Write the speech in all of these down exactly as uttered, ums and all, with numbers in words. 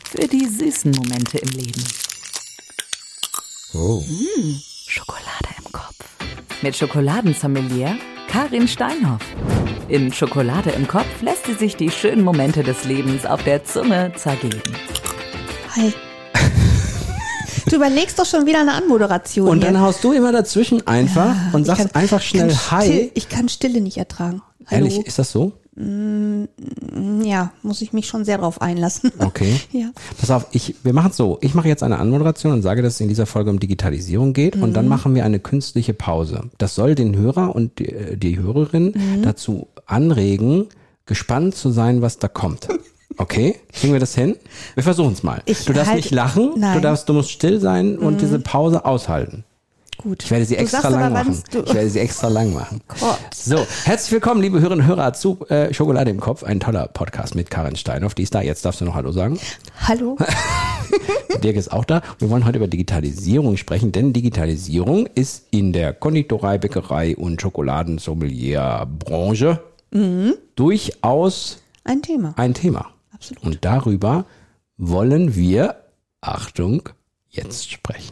für die süßen Momente im Leben. Oh. Mmh, Schokolade im Kopf. Mit Schokoladensommelier Karin Steinhoff. In Schokolade im Kopf lässt sie sich die schönen Momente des Lebens auf der Zunge zergeben. Hi. Du überlegst doch schon wieder eine Anmoderation. Und dann hier. haust du immer dazwischen einfach Ja, und ich sagst kann- einfach schnell kann Hi. Still, ich kann Stille nicht ertragen. Hallo. Ehrlich, ist das so? Ja, muss ich mich schon sehr drauf einlassen. Okay. Ja. Pass auf, ich, wir machen es so. Ich mache jetzt eine Anmoderation und sage, dass es in dieser Folge um Digitalisierung geht und dann machen wir eine künstliche Pause. Das soll den Hörer und die, die Hörerin Mhm. dazu anregen, gespannt zu sein, was da kommt. Okay? Kriegen wir das hin? Wir versuchen es mal. Ich du darfst halt- nicht lachen, du Nein. darfst, du musst still sein und diese Pause aushalten. Gut. Ich werde sie Du extra sagst lang aber, machen. wann's du- Ich werde sie extra lang machen. Gott. So, herzlich willkommen, liebe Hörerinnen und Hörer, zu äh, Schokolade im Kopf. Ein toller Podcast mit Karin Steinhoff. Die ist da. Jetzt darfst du noch Hallo sagen. Hallo. Dirk ist auch da. Wir wollen heute über Digitalisierung sprechen, denn Digitalisierung ist in der Konditorei, Bäckerei und Schokoladensommelier-Branche durchaus Ein Thema. ein Thema. Absolut. Und darüber wollen wir, Achtung, jetzt sprechen.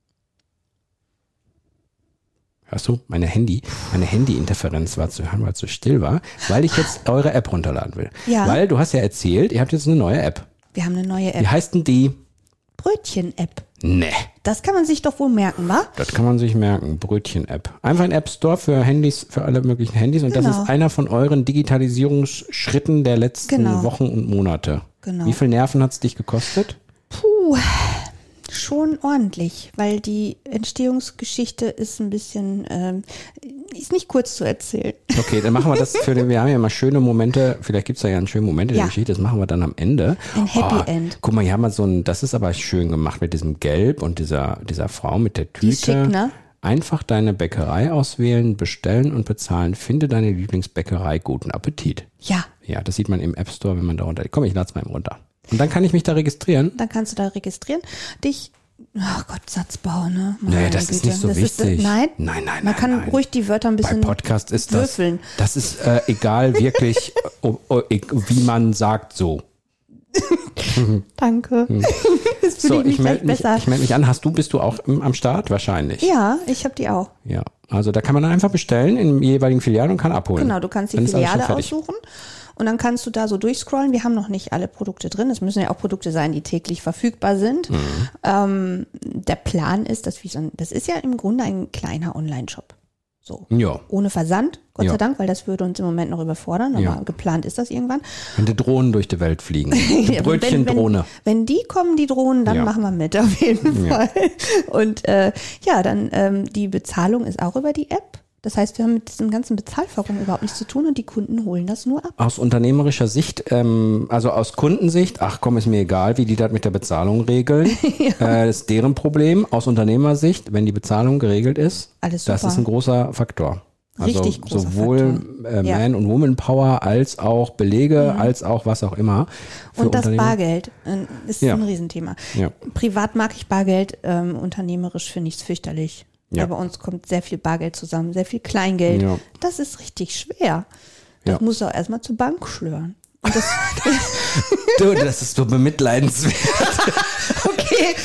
Hörst du? Meine Handy, meine Handy-Interferenz war zu hören, weil es so still war, weil ich jetzt eure App runterladen will. Ja. Weil du hast ja erzählt, ihr habt jetzt eine neue App. Wir haben eine neue Wie App. heißt denn die? Brötchen-App. Nee. Das kann man sich doch wohl merken, wa? Das kann man sich merken. Brötchen-App. Einfach ein App Store für Handys, für alle möglichen Handys. Und das Genau. ist einer von euren Digitalisierungsschritten der letzten Genau. Wochen und Monate. Genau. Wie viel Nerven hat es dich gekostet? Puh, schon ordentlich, weil die Entstehungsgeschichte ist ein bisschen, ähm, ist nicht kurz zu erzählen. Okay, dann machen wir das für den, wir haben ja mal schöne Momente, vielleicht gibt es da ja einen schönen Moment in Ja. der Geschichte, das machen wir dann am Ende. Ein Happy Oh, End. Guck mal, hier haben wir so ein, das ist aber schön gemacht mit diesem Gelb und dieser, dieser Frau mit der Tüte. Die ist schick, ne? Einfach deine Bäckerei auswählen, bestellen und bezahlen. Finde deine Lieblingsbäckerei, guten Appetit. Ja, Ja, das sieht man im App Store, wenn man da runter. Komm, ich lade es mal eben runter. Und dann kann ich mich da registrieren. dann kannst du da registrieren. Dich, ach Gott, Satzbau, ne? Nee, Meine das ist Güte. nicht so Das wichtig. Ist, nein? Nein, nein, Man nein, kann nein. ruhig die Wörter ein Bei bisschen Podcast ist das, würfeln. das ist äh, egal wirklich, o- o- wie man sagt so. Danke. Das fühle So, ich mich ich melde gleich mich, besser. ich meld mich an. Hast du, bist du auch im, am Start? Wahrscheinlich. Ja, ich habe die auch. Ja. Also da kann man dann einfach bestellen in jeweiligen Filialen und kann abholen. Genau, du kannst die Dann ist alles schon Filiale fertig. aussuchen und dann kannst du da so durchscrollen. Wir haben noch nicht alle Produkte drin. Es müssen ja auch Produkte sein, die täglich verfügbar sind. Mhm. Ähm, der Plan ist, dass wir so ein, das ist ja im Grunde ein kleiner Online-Shop. So. Ja. Ohne Versand, Gott Ja. sei Dank, weil das würde uns im Moment noch überfordern, aber Ja. geplant ist das irgendwann. Wenn die Drohnen durch die Welt fliegen. Die Ja, Brötchendrohne. Wenn, wenn die kommen, die Drohnen, dann Ja. machen wir mit, auf jeden Ja. Fall. Und äh, ja, dann ähm, die Bezahlung ist auch über die App. Das heißt, wir haben mit diesem ganzen Bezahlvorgang überhaupt nichts zu tun und die Kunden holen das nur ab. Aus unternehmerischer Sicht, ähm, also aus Kundensicht, ach komm, ist mir egal, wie die das mit der Bezahlung regeln. äh, das ist deren Problem. Aus Unternehmersicht, wenn die Bezahlung geregelt ist, Alles das super. ist ein großer Faktor. Also Richtig großer sowohl Faktor. äh, Ja. Man- und Woman Power als auch Belege, als auch was auch immer. Für Und das Unternehmer. Bargeld äh, ist Ja. ein Riesenthema. Ja. Privat mag ich Bargeld, ähm, unternehmerisch finde ich es fürchterlich. Ja. Weil bei uns kommt sehr viel Bargeld zusammen, sehr viel Kleingeld. Ja. Das ist richtig schwer. Das Ja. musst du auch erstmal zur Bank schlören. Und das, Du, das ist so bemitleidenswert. okay,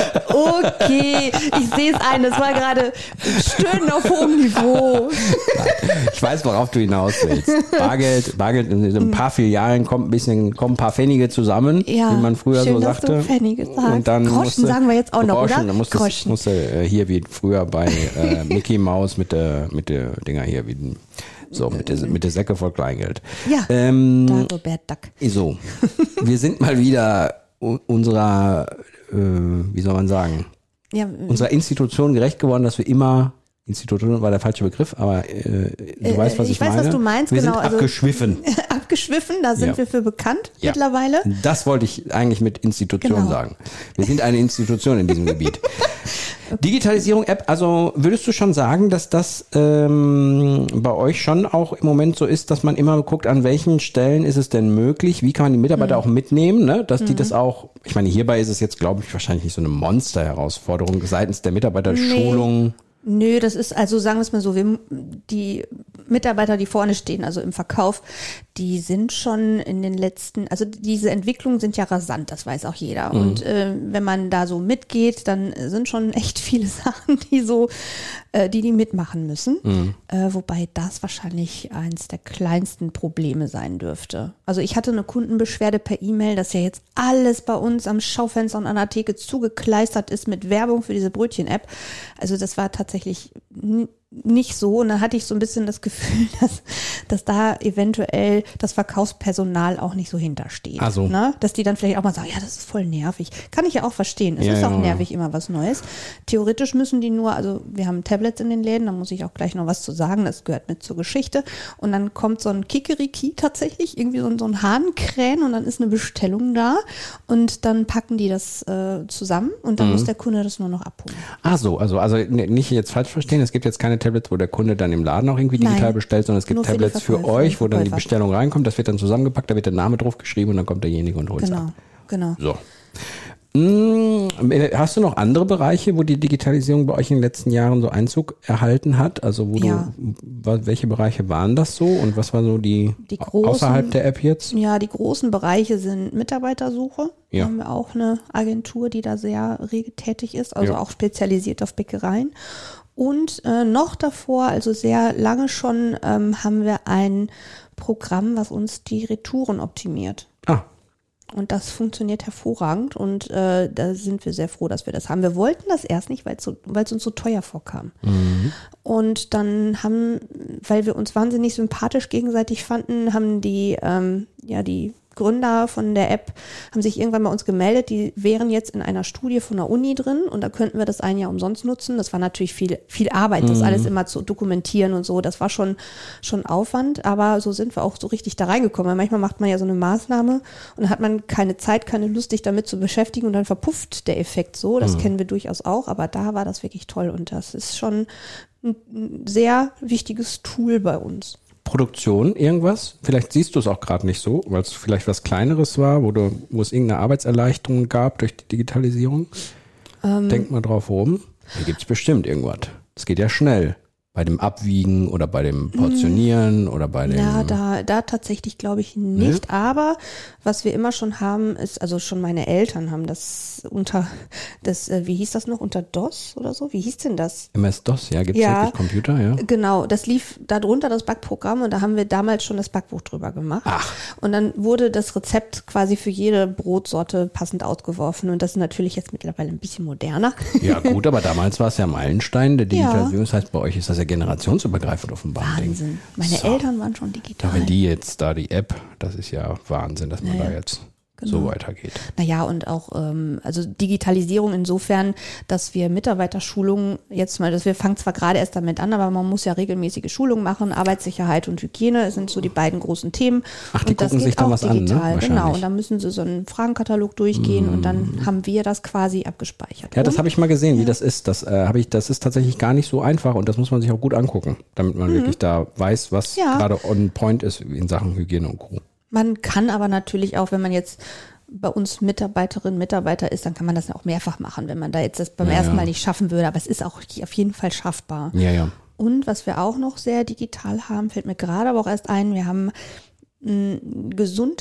okay, ich sehe es ein, das war gerade Stöhnen auf hohem Niveau. Ich weiß, worauf du hinaus willst. Bargeld, Bargeld in so ein paar Filialen kommt ein bisschen, kommen ein paar Pfennige zusammen, Ja, wie man früher schön, so dass sagte. du Pfennige sagst. Und dann Groschen musste, sagen wir jetzt auch noch, Groschen, oder? Dann musste, Groschen. musste äh, hier wie früher bei äh, Mickey Mouse mit der, mit der Dinger hier, wie, so, mit der, mit der Säcke voll Kleingeld. Ja, Ähm, Dagobert Duck. So, wir sind mal wieder u- unserer, äh, wie soll man sagen, Ja, unserer Institution gerecht geworden, dass wir immer, Institution war der falsche Begriff, aber äh, du Äh, weißt, was ich, ich weiß, meine. was du meinst, wir genau, sind also- abgeschwiffen. abgeschwiffen, da sind Ja. wir für bekannt Ja. mittlerweile. Das wollte ich eigentlich mit Institution Genau. sagen. Wir sind eine Institution in diesem Gebiet. Digitalisierung App, also würdest du schon sagen, dass das ähm, bei euch schon auch im Moment so ist, dass man immer guckt, an welchen Stellen ist es denn möglich, wie kann man die Mitarbeiter Mhm. auch mitnehmen, ne? Dass die das auch, ich meine, hierbei ist es jetzt, glaube ich, wahrscheinlich nicht so eine Monster-Herausforderung seitens der Mitarbeiterschulung. Nö, das ist, also sagen wir es mal so, wir, die Mitarbeiter, die vorne stehen, also im Verkauf, die sind schon in den letzten, also diese Entwicklungen sind ja rasant, das weiß auch jeder. Mhm. Und äh, wenn man da so mitgeht, dann sind schon echt viele Sachen, die so, äh, die die mitmachen müssen. Mhm. Äh, wobei das wahrscheinlich eins der kleinsten Probleme sein dürfte. Also ich hatte eine Kundenbeschwerde per E-Mail, dass ja jetzt alles bei uns am Schaufenster und an der Theke zugekleistert ist mit Werbung für diese Brötchen-App. Also das war tatsächlich n- nicht so. Und dann hatte ich so ein bisschen das Gefühl, dass, dass da eventuell das Verkaufspersonal auch nicht so hintersteht. Also. Ne? Dass die dann vielleicht auch mal sagen, ja, das ist voll nervig. Kann ich ja auch verstehen. Es ja, ist auch ja, nervig, immer was Neues. Theoretisch müssen die nur, also wir haben Tablets in den Läden, da muss ich auch gleich noch was zu sagen, das gehört mit zur Geschichte. Und dann kommt so ein Kikeriki tatsächlich, irgendwie so ein, so ein Hahnkrähen und dann ist eine Bestellung da und dann packen die das äh, zusammen und dann mhm. muss der Kunde das nur noch abholen. Ach so, also, also nicht jetzt falsch verstehen, es gibt jetzt keine Tablets, wo der Kunde dann im Laden auch irgendwie digital Nein, bestellt, sondern es gibt Tablets für, für euch, wo dann die Bestellung reinkommt, das wird dann zusammengepackt, da wird der Name drauf geschrieben und dann kommt derjenige und holt es genau, ab. Genau, genau. So. Hm, hast du noch andere Bereiche, wo die Digitalisierung bei euch in den letzten Jahren so Einzug erhalten hat? Also wo ja. du, welche Bereiche waren das so und was war so die, die großen, außerhalb der App jetzt? Ja, die großen Bereiche sind Mitarbeitersuche. Ja. Da haben wir auch eine Agentur, die da sehr rege tätig ist, also ja. auch spezialisiert auf Bäckereien. Und äh, noch davor, also sehr lange schon, ähm, haben wir ein Programm, was uns die Retouren optimiert. Ah. Und das funktioniert hervorragend und äh, da sind wir sehr froh, dass wir das haben. Wir wollten das erst nicht, weil es so, weil es uns so teuer vorkam. Mhm. Und dann haben, weil wir uns wahnsinnig sympathisch gegenseitig fanden, haben die, ähm, ja, die Gründer von der App haben sich irgendwann bei uns gemeldet, die wären jetzt in einer Studie von der Uni drin und da könnten wir das ein Jahr umsonst nutzen. Das war natürlich viel, viel Arbeit, das mhm. alles immer zu dokumentieren und so. Das war schon, schon Aufwand, aber so sind wir auch so richtig da reingekommen. Weil manchmal macht man ja so eine Maßnahme und dann hat man keine Zeit, keine Lust, sich damit zu beschäftigen und dann verpufft der Effekt so. Das mhm. kennen wir durchaus auch, aber da war das wirklich toll und das ist schon ein sehr wichtiges Tool bei uns. Produktion, irgendwas? Vielleicht siehst du es auch gerade nicht so, weil es vielleicht was Kleineres war, wo, du, wo es irgendeine Arbeitserleichterung gab durch die Digitalisierung. Ähm, Denk mal drauf rum. Hier gibt es bestimmt irgendwas. Es geht ja schnell. Bei dem Abwiegen oder bei dem Portionieren mh, oder bei dem... Ja, da, da tatsächlich glaube ich nicht. Ne? Aber was wir immer schon haben, ist, also schon meine Eltern haben das unter, das, wie hieß das noch, unter DOS oder so? Wie hieß denn das? M S-DOS, ja, gibt es ja, wirklich Computer, ja. Genau, das lief da drunter, das Backprogramm, und da haben wir damals schon das Backbuch drüber gemacht. Ach. Und dann wurde das Rezept quasi für jede Brotsorte passend ausgeworfen und das ist natürlich jetzt mittlerweile ein bisschen moderner. Ja gut, aber damals war es ja Meilenstein der Digitalisierung, ja. Das heißt, bei euch ist das ja generationsübergreifend offenbar. Wahnsinn. Meine so. Eltern waren schon digital. Ja, wenn die jetzt da die App, das ist ja Wahnsinn, dass man naja. da jetzt genau. so weitergeht. Naja, und auch ähm, also Digitalisierung insofern, dass wir Mitarbeiterschulungen jetzt mal, dass wir fangen zwar gerade erst damit an, aber man muss ja regelmäßige Schulungen machen, Arbeitssicherheit und Hygiene sind so die beiden großen Themen. Ach, die und das gucken sich da was digital. an, ne? Genau, und dann müssen sie so einen Fragenkatalog durchgehen mm. und dann haben wir das quasi abgespeichert. Ja, das und? habe ich mal gesehen, ja. wie das ist. Das äh, habe ich, das ist tatsächlich gar nicht so einfach und das muss man sich auch gut angucken, damit man mhm. wirklich da weiß, was ja. gerade on point ist in Sachen Hygiene und Co. Man kann aber natürlich auch, wenn man jetzt bei uns Mitarbeiterin, Mitarbeiter ist, dann kann man das auch mehrfach machen, wenn man da jetzt das beim ja, ersten Mal nicht schaffen würde. Aber es ist auch auf jeden Fall schaffbar. Ja, ja. Und was wir auch noch sehr digital haben, fällt mir gerade aber auch erst ein, wir haben ein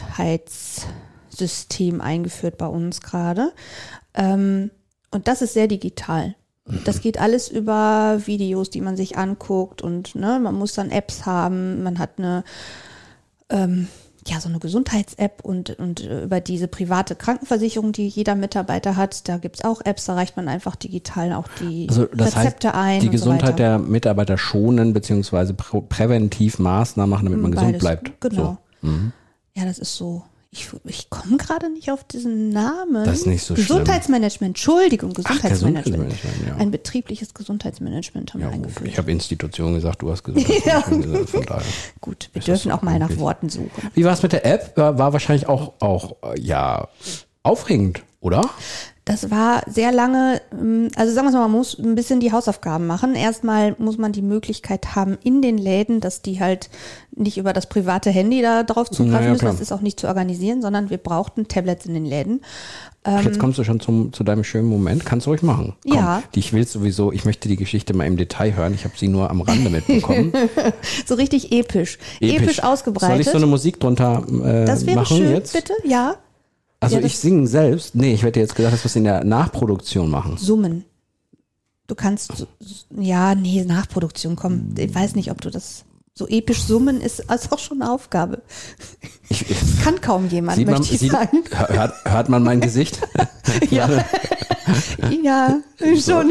Gesundheitssystem eingeführt bei uns gerade. Und das ist sehr digital. Das geht alles über Videos, die man sich anguckt und ne, man muss dann Apps haben, man hat eine ähm, ja, so eine Gesundheits-App und, und über diese private Krankenversicherung, die jeder Mitarbeiter hat, da gibt's auch Apps, da reicht man einfach digital auch die also das Rezepte heißt, ein. Die und Gesundheit so der Mitarbeiter schonen, beziehungsweise prä- präventiv Maßnahmen machen, damit man Beides, gesund bleibt. Genau. So. Mhm. Ja, das ist so. Ich, ich komme gerade nicht auf diesen Namen. Das ist nicht so Gesundheitsmanagement, Entschuldigung, Ach, Gesundheitsmanagement. Gesundheitsmanagement ja. Ein betrieblich Gesundheitsmanagement haben ja, wir eingeführt. Ich habe Institution gesagt, du hast Gesundheitsmanagement ja. gesagt, von daher. Gut, wir dürfen auch mal nach Worten suchen. Wie war es mit der App? War, war wahrscheinlich auch, auch ja, aufregend, oder? Das war sehr lange, also sagen wir mal, man muss ein bisschen die Hausaufgaben machen. Erstmal muss man die Möglichkeit haben in den Läden, dass die halt nicht über das private Handy da drauf zugreifen naja, müssen. klar. Das ist auch nicht zu organisieren, sondern wir brauchten Tablets in den Läden. Ach, jetzt kommst du schon zum, zu deinem schönen Moment. Kannst du ruhig machen. Komm, Ja. Die, ich will sowieso, ich möchte die Geschichte mal im Detail hören. Ich habe sie nur am Rande mitbekommen. So richtig episch. Episch, episch ausgebreitet. Soll ich so eine Musik drunter äh, das wäre machen schön, jetzt? bitte, ja. Also Ja, das- ich singe selbst. Nee, ich hätte jetzt gedacht, dass wir es in der Nachproduktion machen. Summen. Du kannst, so- ja, nee, Nachproduktion, komm, ich weiß nicht, ob du das, so episch summen ist, ist auch schon eine Aufgabe. Ich, ich, Kann kaum jemand, sieht man, möchte ich sieht, sagen. hört, hört man mein Gesicht? Ja, ja schon.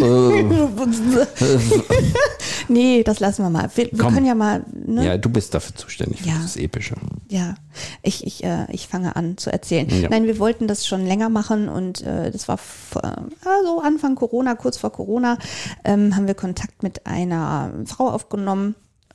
Nee, das lassen wir mal. Wir, wir Komm. können ja mal, ne? Ja, du bist dafür zuständig, für Ja. das Epische. Ja, ich, ich, äh, ich fange an zu erzählen. Ja. Nein, wir wollten das schon länger machen und äh, das war vor, also Anfang Corona, kurz vor Corona, ähm, haben wir Kontakt mit einer Frau aufgenommen.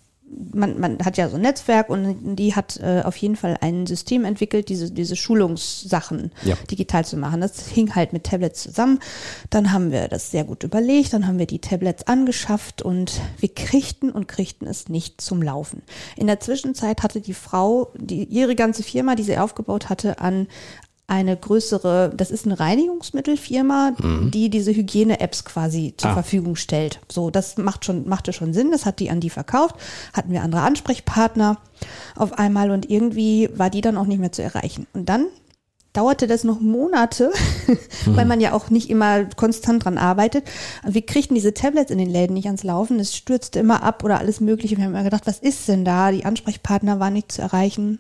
Man, man hat ja so ein Netzwerk und die hat äh, auf jeden Fall ein System entwickelt, diese, diese Schulungssachen Ja. digital zu machen. Das hing halt mit Tablets zusammen. Dann haben wir das sehr gut überlegt, dann haben wir die Tablets angeschafft und wir kriegten und kriegten es nicht zum Laufen. In der Zwischenzeit hatte die Frau, die, ihre ganze Firma, die sie aufgebaut hatte, an eine größere, das ist eine Reinigungsmittelfirma, mhm. die diese Hygiene-Apps quasi zur Ah. Verfügung stellt. So, das macht schon, machte schon Sinn, das hat die an die verkauft, hatten wir andere Ansprechpartner auf einmal und irgendwie war die dann auch nicht mehr zu erreichen. Und dann dauerte das noch Monate, mhm. weil man ja auch nicht immer konstant dran arbeitet. Wir kriegten diese Tablets in den Läden nicht ans Laufen, es stürzte immer ab oder alles Mögliche. Wir haben immer gedacht, was ist denn da? Die Ansprechpartner waren nicht zu erreichen.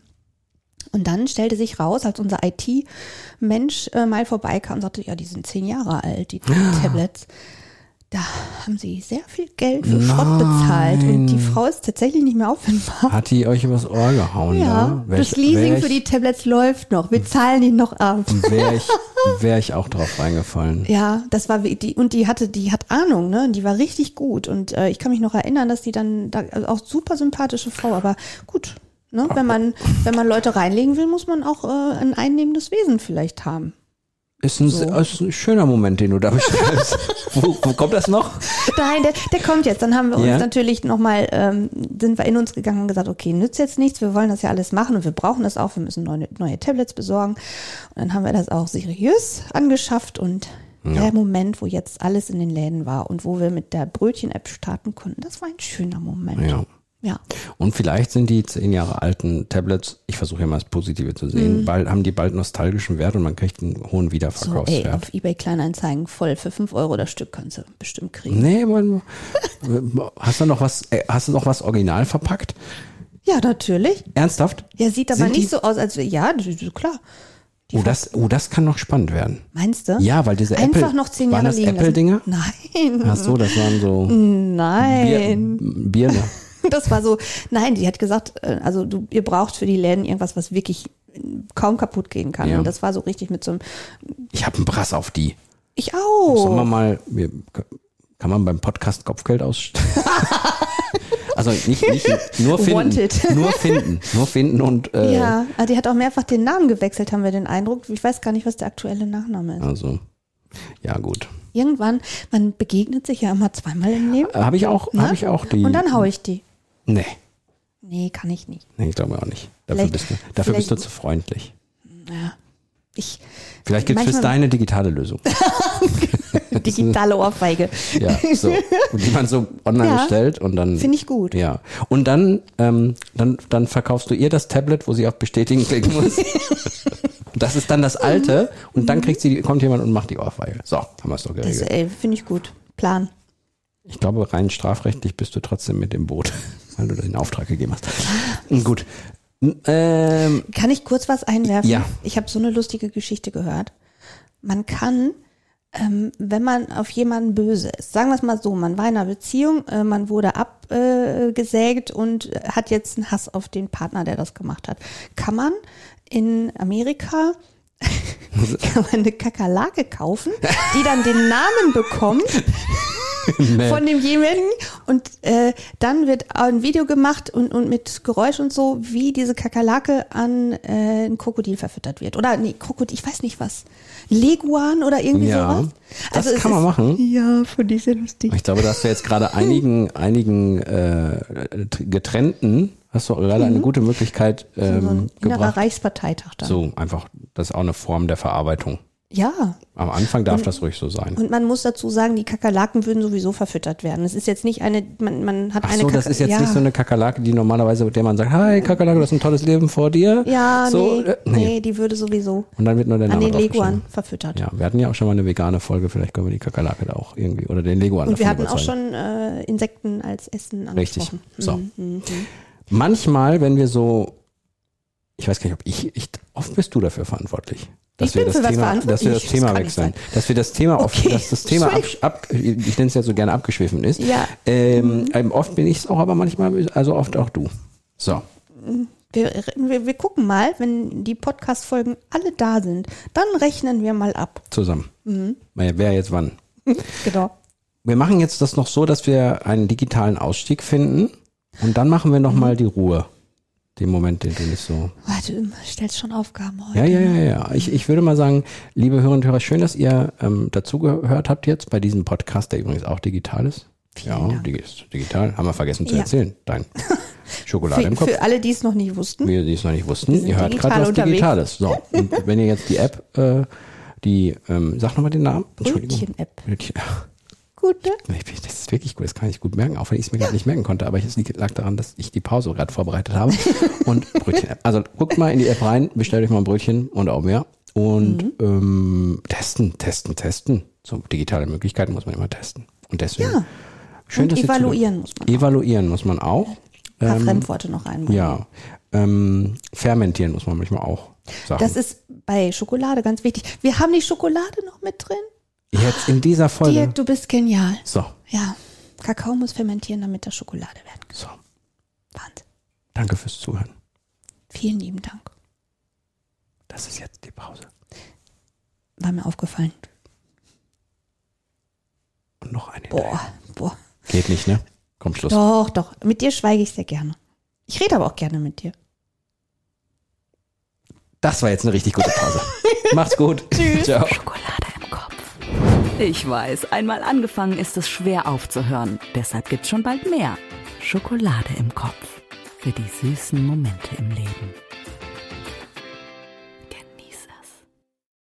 Und dann stellte sich raus, als unser I T-Mensch äh, mal vorbeikam und sagte, ja, die sind zehn Jahre alt, die Tablets. Da haben sie sehr viel Geld für Schrott bezahlt und die Frau ist tatsächlich nicht mehr auffindbar. Hat die euch übers Ohr gehauen? Ja, da? das Leasing für die Tablets läuft noch. Wir zahlen die noch ab. Wäre ich, wär ich auch drauf reingefallen. Ja, das war wie- die und die hatte, die hat Ahnung, ne? Die war richtig gut und äh, ich kann mich noch erinnern, dass die dann da, also auch super sympathische Frau, aber gut. Ne? Wenn man, wenn man Leute reinlegen will, muss man auch äh, ein einnehmendes Wesen vielleicht haben. Ist ein, So. ist ein schöner Moment, den du da beschreibst. wo, wo kommt das noch? Nein, der, der kommt jetzt. Dann haben wir uns Ja. natürlich nochmal, ähm, sind wir in uns gegangen und gesagt, okay, nützt jetzt nichts, wir wollen das ja alles machen und wir brauchen das auch, wir müssen neue, neue Tablets besorgen. Und dann haben wir das auch seriös angeschafft und Ja. der Moment, wo jetzt alles in den Läden war und wo wir mit der Brötchen-App starten konnten, das war ein schöner Moment. Ja. Ja. Und vielleicht sind die zehn Jahre alten Tablets, ich versuche ja mal das Positive zu sehen, Mhm. bald, haben die bald nostalgischen Wert und man kriegt einen hohen So, ey, Wiederverkaufswert. auf eBay Kleinanzeigen voll für fünf Euro das Stück kannst du bestimmt kriegen. Nee, man, hast du noch was, äh, hast du noch was original verpackt? Ja, natürlich. Ernsthaft? Ja, sieht aber Sind nicht die- so aus, als wir, ja, das ist klar. Die Oh, das, oh, das kann noch spannend werden. Meinst du? Ja, weil diese Einfach Apple, noch zehn waren Jahre das liegen Apple-Dinger? lassen. Nein. Ach so, das waren so Nein. Bier, Bier, Das war so, nein, die hat gesagt, äh, also du, ihr braucht für die Läden irgendwas, was wirklich kaum kaputt gehen kann. Ja. Und das war so richtig mit so einem, Ich habe einen Brass auf die. ich Sollen auch. wir mal, wir, kann man beim Podcast Kopfgeld ausstellen? Also nicht, nicht nur finden, Wanted. nur finden, nur finden und äh, Ja, aber die hat auch mehrfach den Namen gewechselt, haben wir den Eindruck. Ich weiß gar nicht, was der aktuelle Nachname ist. also ja gut. Irgendwann, man begegnet sich ja immer zweimal im Leben. Habe ich auch, Ne? habe ich auch die. Und dann hau ich die. Nee, Nee, kann ich nicht. nee, ich glaube auch nicht. Dafür Vielleicht- bist du, dafür bist du vielleicht- zu freundlich. Ja. Ich, Vielleicht gibt es Manchmal- deine digitale Lösung. digitale Ohrfeige. Ja, so, die man so online Ja, bestellt und dann. Finde ich gut. Ja. Und dann, ähm, dann, dann verkaufst du ihr das Tablet, wo sie auf Bestätigen klicken muss. Das ist dann das alte und dann kriegt sie, kommt jemand und macht die Ohrfeige. So, haben wir es doch Das geregelt. ey, finde ich gut. Plan. Ich glaube, rein strafrechtlich bist du trotzdem mit im Boot, weil du den Auftrag gegeben hast. Gut. Ähm, Kann ich kurz was einwerfen? Ja. Ich habe so eine lustige Geschichte gehört. Man kann, ähm, wenn man auf jemanden böse ist, sagen wir es mal so, man war in einer Beziehung, äh, man wurde abgesägt äh, und hat jetzt einen Hass auf den Partner, der das gemacht hat. Kann man in Amerika kann man eine Kakerlake kaufen, die dann den Namen bekommt Nee. von demjenigen und äh, dann wird ein Video gemacht und, und mit Geräusch und so, wie diese Kakerlake an äh, ein Krokodil verfüttert wird. Oder nee, Krokodil, ich weiß nicht was. Leguan oder irgendwie Ja, sowas. das Also es kann man ist, machen. Ja, finde ich sehr lustig. Ich glaube, dass du jetzt gerade einigen, einigen äh, getrennten, hast du gerade eine gute Möglichkeit ähm, so ein innerer gebracht. Reichsparteitag dann. So, einfach, das ist auch eine Form der Verarbeitung. Ja. Am Anfang darf das ruhig so sein. Und man muss dazu sagen, die Kakerlaken würden sowieso verfüttert werden. Es ist jetzt nicht eine, man, man hat Ach eine so, das Kaka- ist jetzt ja. nicht so eine Kakerlake, die normalerweise, mit der man sagt, hi Kakerlake, du hast ein tolles Leben vor dir. Ja, so, nee, äh, nee, die würde sowieso Und dann wird nur der an Name den draufgeschrieben. Leguan verfüttert. Ja, wir hatten ja auch schon mal eine vegane Folge, vielleicht können wir die Kakerlake da auch irgendwie, oder den Leguan Und wir davon hatten auch überzeugen. schon äh, Insekten als Essen Richtig, angesprochen. so. Mhm, mhm. Manchmal, wenn wir so, ich weiß gar nicht, ob ich, ich oft bist du dafür verantwortlich. Dass Ich wir bin das für was Thema, verantwortlich? dass wir das Das Thema kann nicht wechseln. sein. Dass wir das Thema auf, Okay, dass das Thema ab, Entschuldigung. ab, ich nenne es ja so gerne abgeschwiffen ist. Ja. Ähm, ähm, oft bin ich es auch, aber manchmal, also oft auch du. So. Wir, wir, wir gucken mal, wenn die Podcast-Folgen alle da sind, dann rechnen wir mal ab. Zusammen. Mhm. Wer jetzt wann? Genau. Wir machen jetzt das noch so, dass wir einen digitalen Ausstieg finden und dann machen wir nochmal die Ruhe. Den Moment, den du nicht so. Warte, du stellst schon Aufgaben heute. Ja, ja, ja, ja. Ich, ich würde mal sagen, liebe Hörerinnen und Hörer, schön, dass ihr ähm, dazugehört habt jetzt bei diesem Podcast, der übrigens auch digital ist. Vielen ja, Dank. die ist digital. Haben wir vergessen zu Ja. erzählen. Dein Schokolade im Für, Kopf. für alle, die es noch nicht wussten. Wir, die es noch nicht wussten, sind ihr hört digital gerade was unterwegs. Digitales. So, und wenn ihr jetzt die App, äh, die, ähm, sag nochmal den Namen. Entschuldigung. Brötchen-App. Brötchen. Gut, ne? Das ist wirklich gut, das kann ich gut merken, auch wenn ich es mir gerade nicht merken konnte, aber es lag daran, dass ich die Pause gerade vorbereitet habe. Und Brötchen-App. Also guckt mal in die App rein, bestellt euch mal ein Brötchen und auch mehr. Und Mhm. ähm, testen, testen, testen. So digitale Möglichkeiten muss man immer testen. Und deswegen Ja. schön, Und dass ihr evaluieren zu- muss man auch. Evaluieren muss man auch. Ein paar Ähm, Fremdworte noch einbauen. ja. Ähm, fermentieren muss man manchmal auch sagen. Das ist bei Schokolade ganz wichtig. Wir haben die Schokolade noch mit drin. Jetzt in dieser Folge. Dirk, du bist genial. So, Ja, Kakao muss fermentieren, damit das Schokolade werden kann. so. Wahnsinn. Danke fürs Zuhören. Vielen lieben Dank. Das ist jetzt die Pause. War mir aufgefallen. Und noch eine. Boah, boah. Geht nicht, ne? Komm, Schluss. Doch, doch. Mit dir schweige ich sehr gerne. Ich rede aber auch gerne mit dir. Das war jetzt eine richtig gute Pause. Macht's gut. Tschüss. Ciao. Schokolade im Kopf. Ich weiß, einmal angefangen ist es schwer aufzuhören. Deshalb gibt's schon bald mehr. Schokolade im Kopf. Für die süßen Momente im Leben.